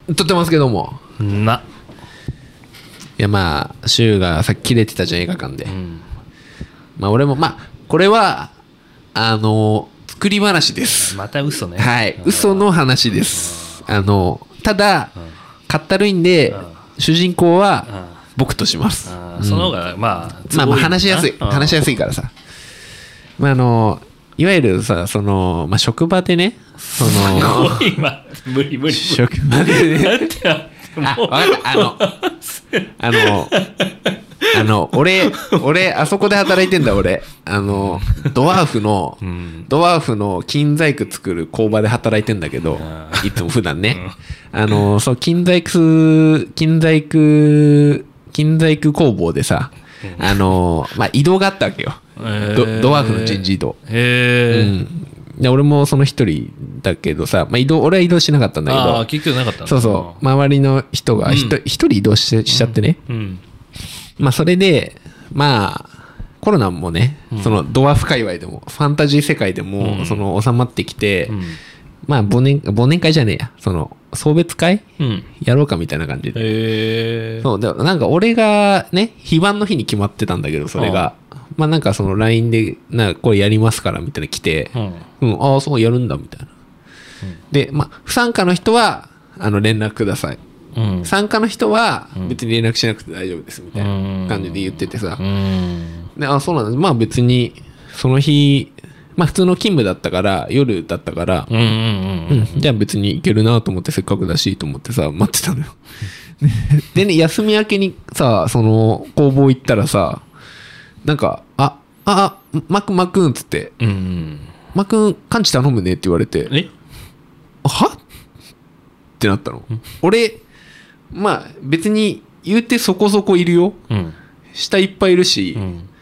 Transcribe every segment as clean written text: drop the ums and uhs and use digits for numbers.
撮ってますけども。いやまあ柊がさっき切れてたじゃん映画館で、うん、まあ俺もまあこれは作り話です。 また嘘ね。 はい、嘘の話です。ただ、かったるいんで、主人公は僕とします。 その方がまあ話しやすいからさ。まあいわゆるさまあ、職場でね無理職場でね分かった俺あそこで働いてんだ俺ドワーフの金細工作る工場で働いてんだけどいつも普段ねそう金細工工房でさまあ移動があったわけよドワーフの人事異動で俺もその一人だけどさ、まあ、俺は移動しなかったんだけど結局なかったんだ。 そうそう周りの人が一人移動しちゃってね、まあそれでまあコロナもね、そのドワーフ界隈でもファンタジー世界でも収まってきて、まあ忘年会じゃねえや送別会、やろうかみたいな感じで、そうでなんか俺がね非番の日に決まってたんだけどそれがまあなんかLINE でこれやりますからみたいな来て、ああそうやるんだみたいな、でまあ不参加の人は連絡ください、参加の人は別に連絡しなくて大丈夫ですみたいな感じで言っててさ、でそうなんです、まあ別にその日まあ普通の勤務だったから夜だったからじゃあ別に行けるなと思ってせっかくだしと思ってさ待ってたのよでね休み明けにさ工房行ったらさなんかマックンっつってマックンカンチ頼むねって言われてはってなったの。俺まあ別に言うてそこそこいるよ、下いっぱいいるし、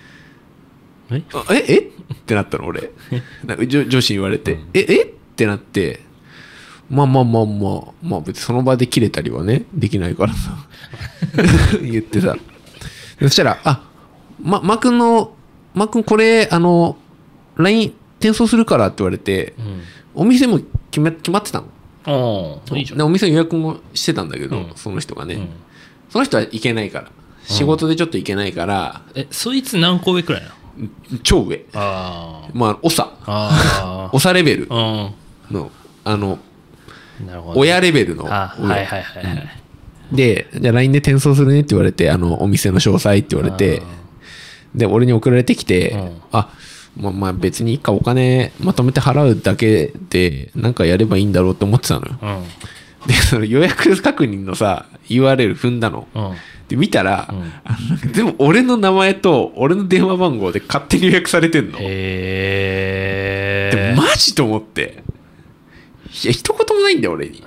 ってなったの俺なんか上司に言われてってなってまあ別にその場で切れたりはねできないからさ言ってさそしたらマー君これLINE 転送するからって言われて、お店も決まってたの。いいじゃん。でお店の予約もしてたんだけど、その人がね、その人は行けないから仕事でちょっと行けないから、 そいつ何個上くらいなの？超上。まあ長レベルの親レベルの上で、じゃあ LINE で転送するねって言われてお店の詳細って言われて、で俺に送られてきて、まあ別にいいかお金まとめて払うだけでなんかやればいいんだろうって思ってたのよ、でその予約確認のさ URL 踏んだの、で見たら、全部俺の名前と俺の電話番号で勝手に予約されてんの。でマジと思って、いや一言もないんだよ俺に。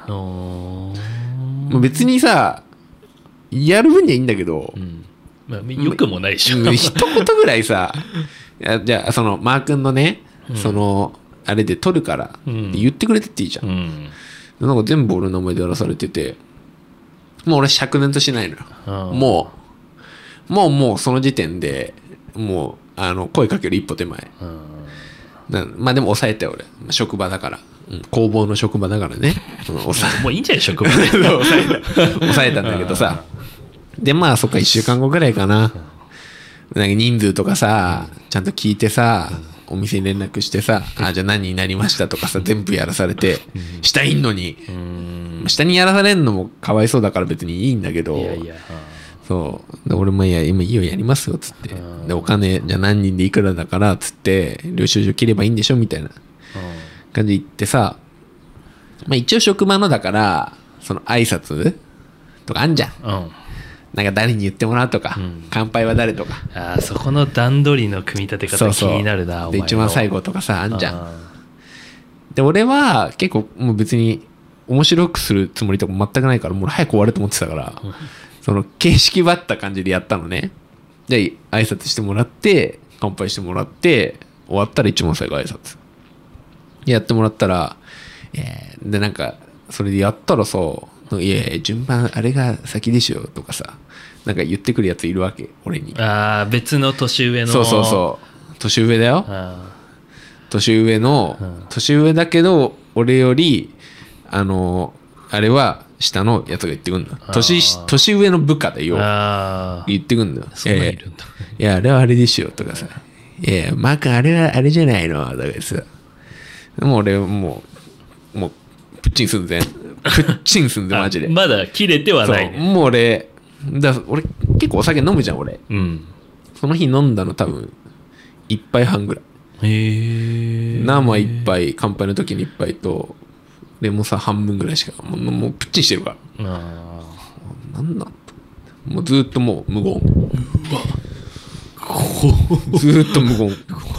別にさやる分にはいいんだけど、 よくもないでしょ一言ぐらいさじゃあマー君のね、あれで取るから言ってくれてっていいじゃん、なんか全部俺の名前でやらされてて、もう俺灼然としないのよ、もうその時点でもう声かける一歩手前、まあでも抑えて俺職場だから、工房の職場だからねもういいんじゃない職場で抑えたんだけどさ、でまあそっか1週間後ぐらいかな、なんか人数とかさちゃんと聞いてさ、お店に連絡してさじゃあ何になりましたとかさ全部やらされて、下いんのに下にやらされるのもかわいそうだから別にいいんだけど、そうで俺も今いいよやりますよっつって、でお金じゃあ何人でいくらだからっつって領収書切ればいいんでしょみたいな感じで言ってさ、まあ一応職場のだから挨拶とかあんじゃん、なんか誰に言ってもらうとか、乾杯は誰とか、 そこの段取りの組み立て方気になるな。 で一番最後とかさあんじゃん。で俺は結構もう別に面白くするつもりとか全くないから、もう早く終わると思ってたから、形式ばった感じでやったのね。で挨拶してもらって乾杯してもらって終わったら一番最後挨拶やってもらったら、でなんかそれでやったらさ、いや順番あれが先でしょとかさ、なんか言ってくるやついるわけ俺に。 別の年上の。 そう年上だよ。年上の、年上だけど俺よりあれは下のやつが言ってくんだ。年上の部下でよ。言ってくんだよ。 そんないるんだ。 いや、あれはあれでしょ、とかさ。いやいや、マー君あれはあれじゃないのとかさ。もう俺、もう、プッチンすんぜ。プッチンすんぜ、マジで。 まだ切れてはない、ね。 もう俺結構お酒飲むじゃん、俺。 うん。 その日飲んだの多分、1杯半ぐらい。生1杯、乾杯の時に1杯と、レモンサワー半分ぐらいしか、もうプッチンしてるから。なんだもうずっともう無言。うわ。ずーっと無言。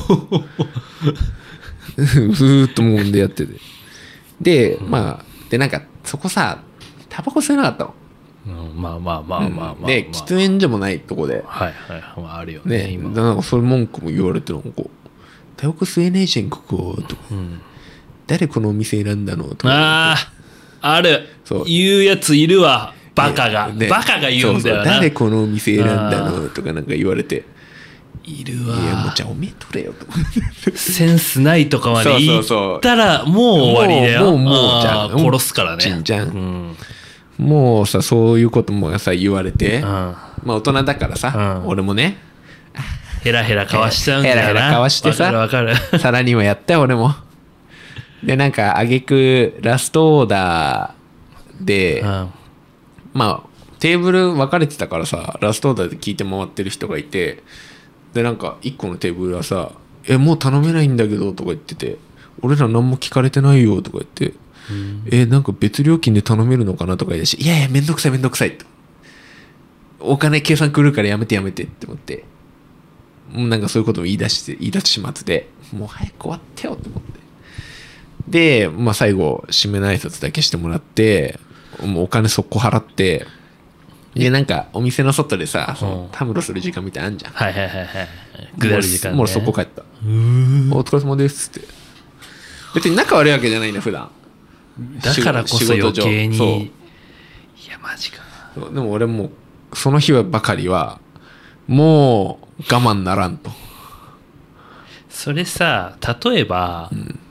ずーっと無言でやってて。で、まあ、で、なんか、そこさ、タバコ吸えなかったの。 まあ。 で、喫煙所もないとこで。 はいはい。あるよね。 今。なんか、それ文句も言われてるの、こう。タバコ吸えねえじゃん、ここ。とか。誰このお店選んだのとか。 ある。言うやついるわ。バカが。バカが言うんだよな。 誰このお店選んだのとかなんか言われて。 いるわ。 いや、もうじゃあおめえ取れよと。 センスないとかまで言ったらもう終わりだよ。もうじゃあ殺すからね。 じゃん。もうさ、そういうこともさ言われて、まあ大人だからさ、俺もね、 ヘラヘラかわしちゃうんだよな。 ヘラヘラかわしてさ、 わかる。 さらにもやったよ俺も。でなんか挙句ラストオーダーで、まあテーブル分かれてたからさ、ラストオーダーで聞いて回ってる人がいて。でなんか1個のテーブルはさ「もう頼めないんだけど」とか言ってて「俺ら何も聞かれてないよ」とか言って「なんか別料金で頼めるのかな」とか言うし「いやいやめんどくさい」と「お金計算来るからやめて」って思ってもうなんかそういうことも言い出し始末でもう早く終わってよって思ってでまあ最後締めの挨拶だけしてもらってもうお金速攻払ってでなんかお店の外でさたむろする時間みたいなのあんじゃん。 はい下る時間ね。 もうそこ帰った。お疲れ様ですって。別に仲悪いわけじゃないんだ普段。 だからこそ余計に。いやマジか。 でも俺もその日はばかりはもう我慢ならんと。 それさ例えば、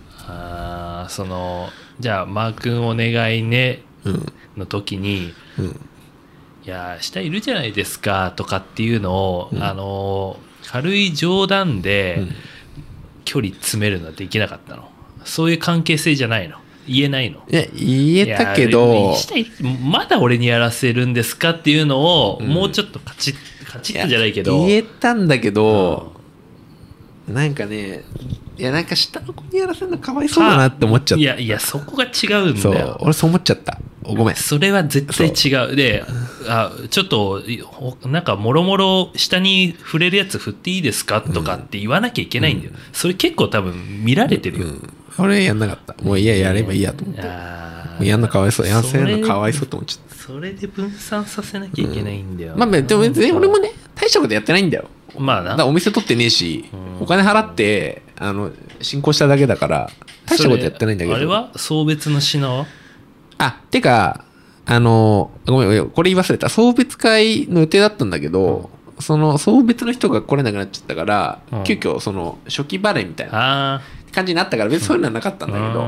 じゃあマー君お願いねの時に。いや下いるじゃないですかとかっていうのを、軽い冗談で距離詰めるのはできなかったの。そういう関係性じゃないの。言えないの。 いや言えたけどまだ俺にやらせるんですかっていうのを、もうちょっとカチッとじゃないけど言えたんだけど、なんかねいやなんか下の子にやらせるのかわいそうだなって思っちゃった。 いやそこが違うんだよ。 俺そう思っちゃった。ごめん。 それは絶対違う。でちょっとなんかもろもろ下に触れるやつ振っていいですかとかって言わなきゃいけないんだよ。それ結構多分見られてるよ。 俺やんなかった。もうやればいいやと思って。もうやんのかわいそう。やらせるのかわいそうと思っちゃった。 それで分散させなきゃいけないんだよ。 まあでも別に俺もね大したことやってないんだよ。 まあな。 だからお店取ってねえし、お金払って進行しただけだから大したことやってないんだけど。 あれは送別の品は？ てかごめんこれ言い忘れた。送別会の予定だったんだけど、その送別の人が来れなくなっちゃったから、急遽その初期払いみたいな感じになったから別にそういうのはなかったんだけど、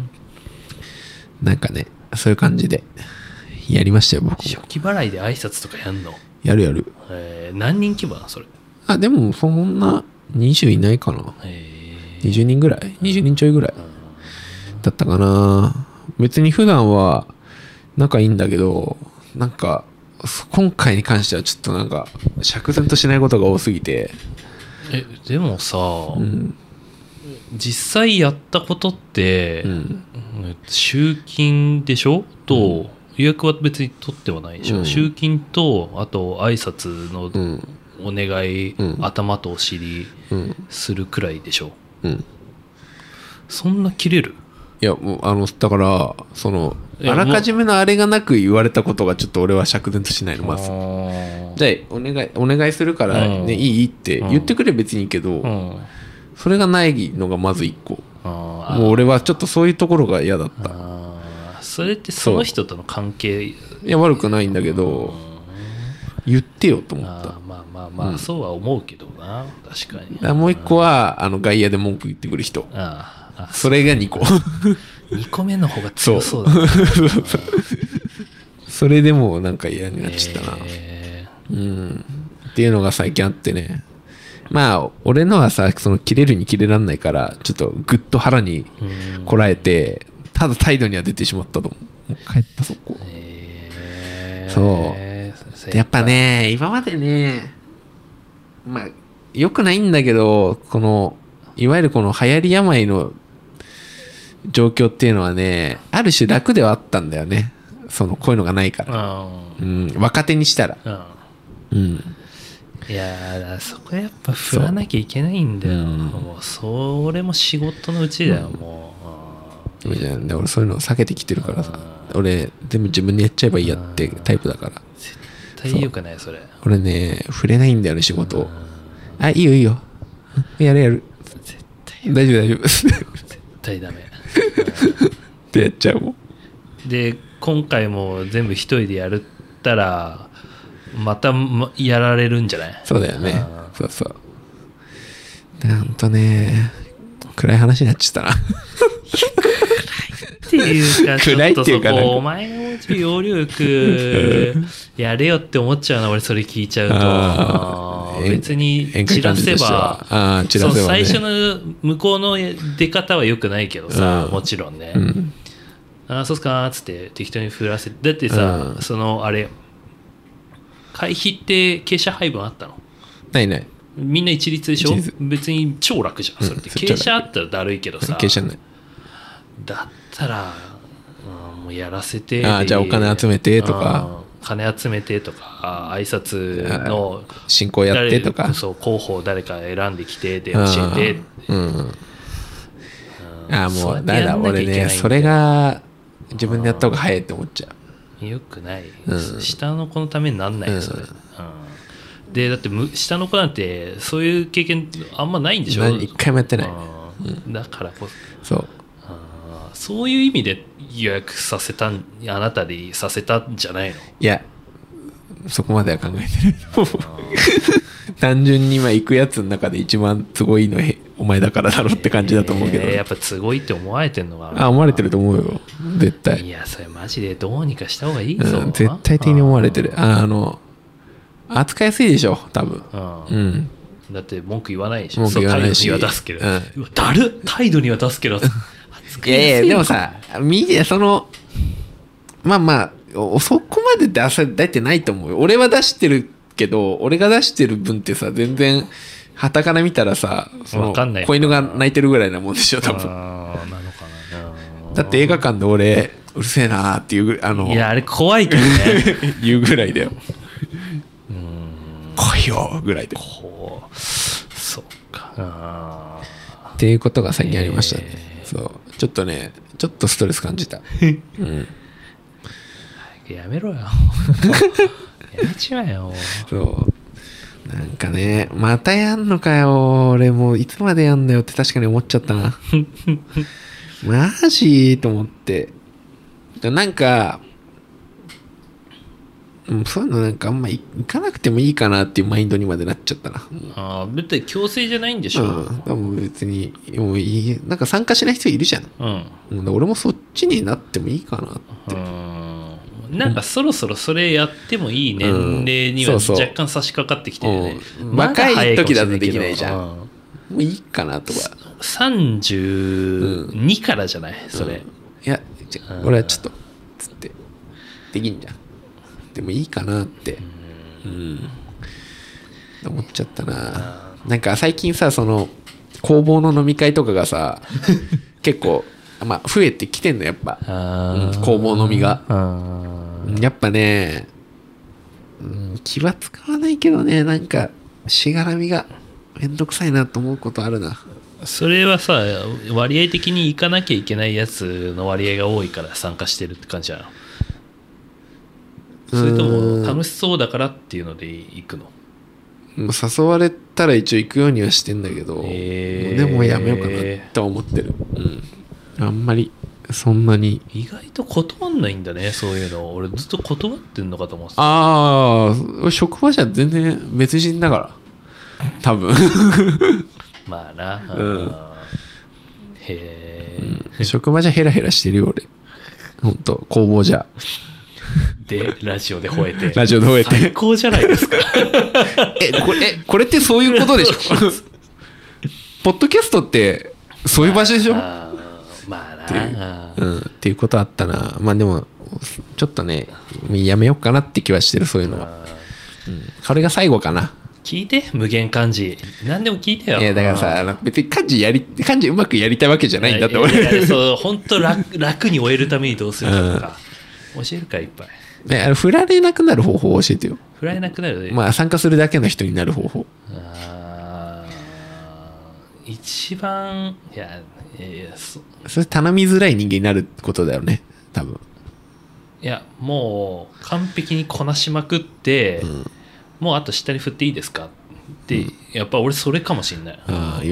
なんかねそういう感じでやりましたよ僕。 初期払いで挨拶とかやんの？ やる。 何人規模なそれ？ でもそんな20いないかな。20人ぐらい20人ちょいぐらいだったかな。別に普段は仲いいんだけどなんか今回に関してはちょっとなんか釈然としないことが多すぎて。 でもさ、実際やったことって、集金でしょと、予約は別に取ってはないでしょ、集金とあと挨拶のお願い、頭とお尻するくらいでしょ、そんな切れる？ いやもうだからあらかじめのあれがなく言われたことがちょっと俺は釈然としないの。まずじゃあお願いするからね、いいって言ってくれ別にいいけど、それがないのがまず一個。もう俺はちょっとそういうところが嫌だった。 それってその人との関係？いや悪くないんだけど言ってよと思った。 まあそうは思うけどな。確かに。 もう一個は外野で文句言ってくる人。それが2個。 2個目の方が強そうだな。 それでもうなんか嫌になっちゃったな、っていうのが最近あってね。まあ俺のはさ、その切れるに切れらんないからちょっとグッと腹にこらえて、ただ態度には出てしまったと思う。もう帰ったそこ。そうでやっぱね、今までね、まあ良くないんだけど、このいわゆるこの流行り病の状況っていうのはね、ある種楽ではあったんだよね。そのこういうのがないから、若手にしたら、 いやだそこやっぱ振らなきゃいけないんだよ。もうそれも仕事のうちだよ、もう。 いやで俺そういうのを避けてきてるからさ、俺全部自分でやっちゃえばいいやってタイプだから。 絶対良くないそれ。 俺ね触れないんだよね仕事を。あ、いいよいいよ、やるやる、 絶対大丈夫大丈夫絶対ダメってやっちゃうもん。 で今回も全部一人でやるったらまたやられるんじゃない？ そうだよね。そうそう。なんとね、暗い話になっちゃったな。 っていうか、ちょっとそこ、お前がもうちょい要領よくやれよって思っちゃうな、俺それ聞いちゃうと。別に散らせば、そう最初の向こうの出方は良くないけどさ、もちろんね。ああ、そうっすかーっつって適当に振らせて。だってさ、そのあれ、会費って傾斜配分あったの？ ないない。 みんな一律でしょ？別に超楽じゃんそれって。傾斜あったらだるいけどさ、 傾斜ない。 だったら、もうやらせて、 じゃあお金集めてとか、 金集めてとか、挨拶の進行やってとか、 そう候補誰か選んできてで教えて、 もうだから俺ね、それが自分でやった方が早いって思っちゃう。 よくない、下の子のためになんないよそれ。でだって下の子なんてそういう経験あんまないんでしょ？ 一回もやってない。 だからこそそういう意味で予約させたあなたでさせたんじゃないの？ いやそこまでは考えてない単純に今行くやつの中で一番都合いいのお前だからだろって感じだと思うけど、 やっぱ都合いいって思われてんのかな。 思われてると思うよ絶対。 いやそれマジでどうにかした方がいいぞ、 絶対的に思われてる。扱いやすいでしょ多分。だって文句言わないでしょ。 文句言わないし、 態度には出すけど、だる態度には出すけどいやでもさそのまあそこまで出てないと思うよ。俺は出してるけど、俺が出してる分ってさ全然傍から見たらさ、その子犬が泣いてるぐらいなもんでしょ多分。なのかな。だって映画館で俺うるせえなーっていういやあれ怖いけどね言うぐらいだよ。来いよぐらいで。 そうか。 っていうことが最近ありましたね。そうちょっとねちょっとストレス感じた。 やめろよやめちまえよ。 そうなんかね、またやんのかよ俺、もういつまでやんだよって確かに思っちゃったなマジと思って。なんかそういうのなんかあんま行かなくてもいいかなっていうマインドにまでなっちゃったな。 別に強制じゃないんでしょ。 でも別にもういい、なんか参加しない人いるじゃん。俺もそっちになってもいいかなって。 なんかそろそろそれやってもいい年齢には若干差し掛かってきてるよね。 若い時だとできないじゃん。もういいかなとか。 32からじゃないそれ。 いや俺はちょっとつってできんじゃん。でもいいかなって思っちゃったな。なんか最近さ、その工房の飲み会とかがさ結構増えてきてんのやっぱ。工房飲みがやっぱね、気は使わないけどね、なんかしがらみがめんどくさいなと思うことあるな。 それはさ割合的に行かなきゃいけないやつの割合が多いから参加してるって感じなの？それとも楽しそうだからっていうので行くの？ 誘われたら一応行くようにはしてんだけど、でもやめようかなとは思ってる。あんまりそんなに意外と断んないんだねそういうの。俺ずっと断ってんのかと思ってた。 職場じゃ全然別人だから多分まあな。 職場じゃヘラヘラしてるよ俺。ほんと工房じゃでラジオで吠えてラジオで吠えて最高じゃないですか。 これってそういうことでしょポッドキャストってそういう場所でしょ、 まあなっていうことあったな。まあでもちょっとねやめようかなって気はしてる、そういうのは。これが最後かな。 聞いて、無限漢字何でも聞いてよ。 いやだからさ、別に漢字うまくやりたいわけじゃないんだって。俺そう本当楽に終えるためにどうするかとか教えるからいっぱい。 振られなくなる方法を教えてよ。 振られなくなる、 まあ参加するだけの人になる方法。 一番それ頼みづらい人間になることだよね多分。 いやもう完璧にこなしまくって、もうあと下に振っていいですかって、やっぱ俺それかもしんない。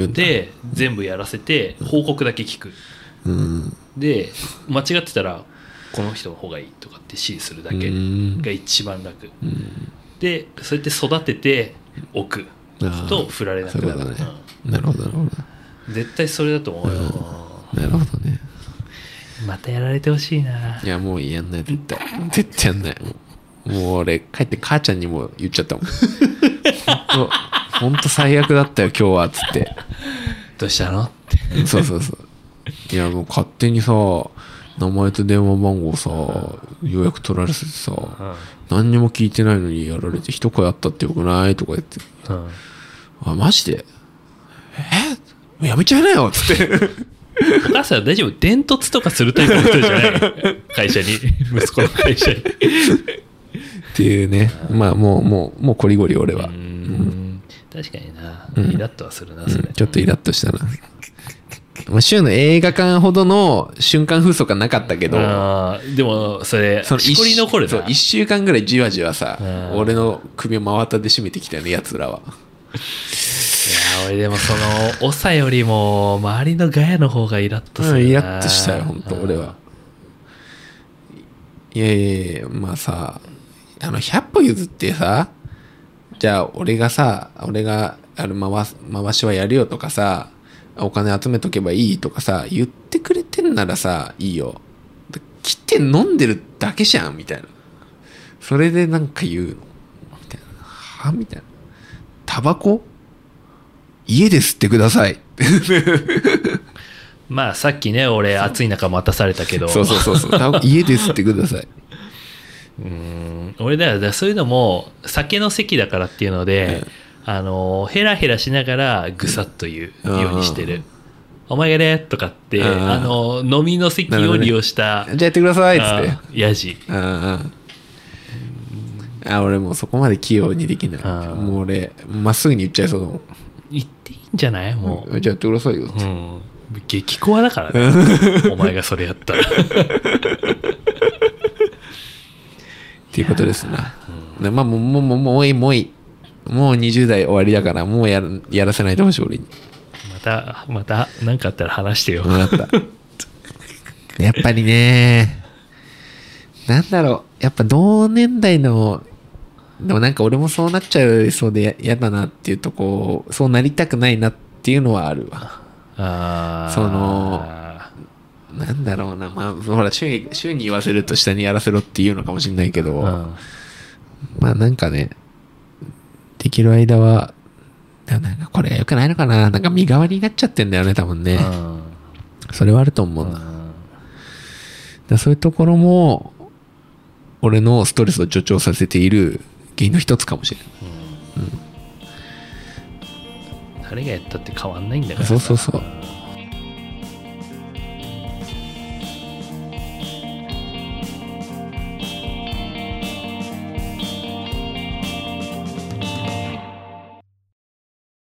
で全部やらせて報告だけ聞く、で間違ってたらこの人の方がいいとかって指示するだけが一番楽、でそうやって育てておくと振られなくなる。 なるほどなるほど。 絶対それだと思うよ。 なるほどね。 またやられてほしいな。 いやもうやんない、絶対やんない。もう俺帰って母ちゃんにも言っちゃったもん。ほんと最悪だったよ今日はっつって。 どうしたのって。 そういやもう勝手にさ名前と電話番号さ予約取られてさ、何にも聞いてないのにやられて一声あったってよくないとか言って、あマジでやめちゃいなよっつって。 お母さん大丈夫？伝突とかするタイプの人じゃない？会社に、息子の会社にっていうね。まあもうこりごり俺は。 確かにな、イラッとはするなそれ、 ちょっとイラッとしたな。まあ週の映画館ほどの瞬間風速はなかったけど、 でもそれしこり残るな。 そう1週間ぐらいじわじわさ俺の首を真綿で締めてきたよねやつらは。 いや俺でもその長よりも周りのガヤの方がイラッとするな。 イラッとしたよ本当俺は。いやまあさ100歩譲ってさ、じゃあ俺が回しはやるよとかさ、お金集めとけばいいとかさ言ってくれてんならさいいよ。来て飲んでるだけじゃんみたいな。それでなんか言うのみたいな。みたいな。タバコ家で吸ってください。 まあさっきね俺暑い中待たされたけど、 そう家で吸ってください。 俺だからそういうのも酒の席だからっていうので、ヘラヘラしながらぐさっと言うようにしてる。お前がねとかって飲みの席を利用した、 じゃあやってくださいっつってヤジ。 俺もうそこまで器用にできない。もう俺まっすぐに言っちゃいそうだもん。 言っていいんじゃない？もうじゃあやってくださいよって、 激コアだからね。お前がそれやったらっていうことですな。まあもういいもう20代終わりだからもうやらせないでほしい俺に。 また何かあったら話してよ。 分かった。やっぱりねなんだろうやっぱ同年代のでもなんか俺もそうなっちゃうそうで嫌だなっていうとこそうなりたくないなっていうのはあるわ。なんだろうな、まあほら週に言わせると下にやらせろっていうのかもしれないけど、まあなんかねできる間はなんかこれ良くないのかな、なんか身代わりになっちゃってんだよね多分ね。それはあると思うな。だそういうところも俺のストレスを助長させている原因の一つかもしれない。 誰がやったって変わんないんだから。 そう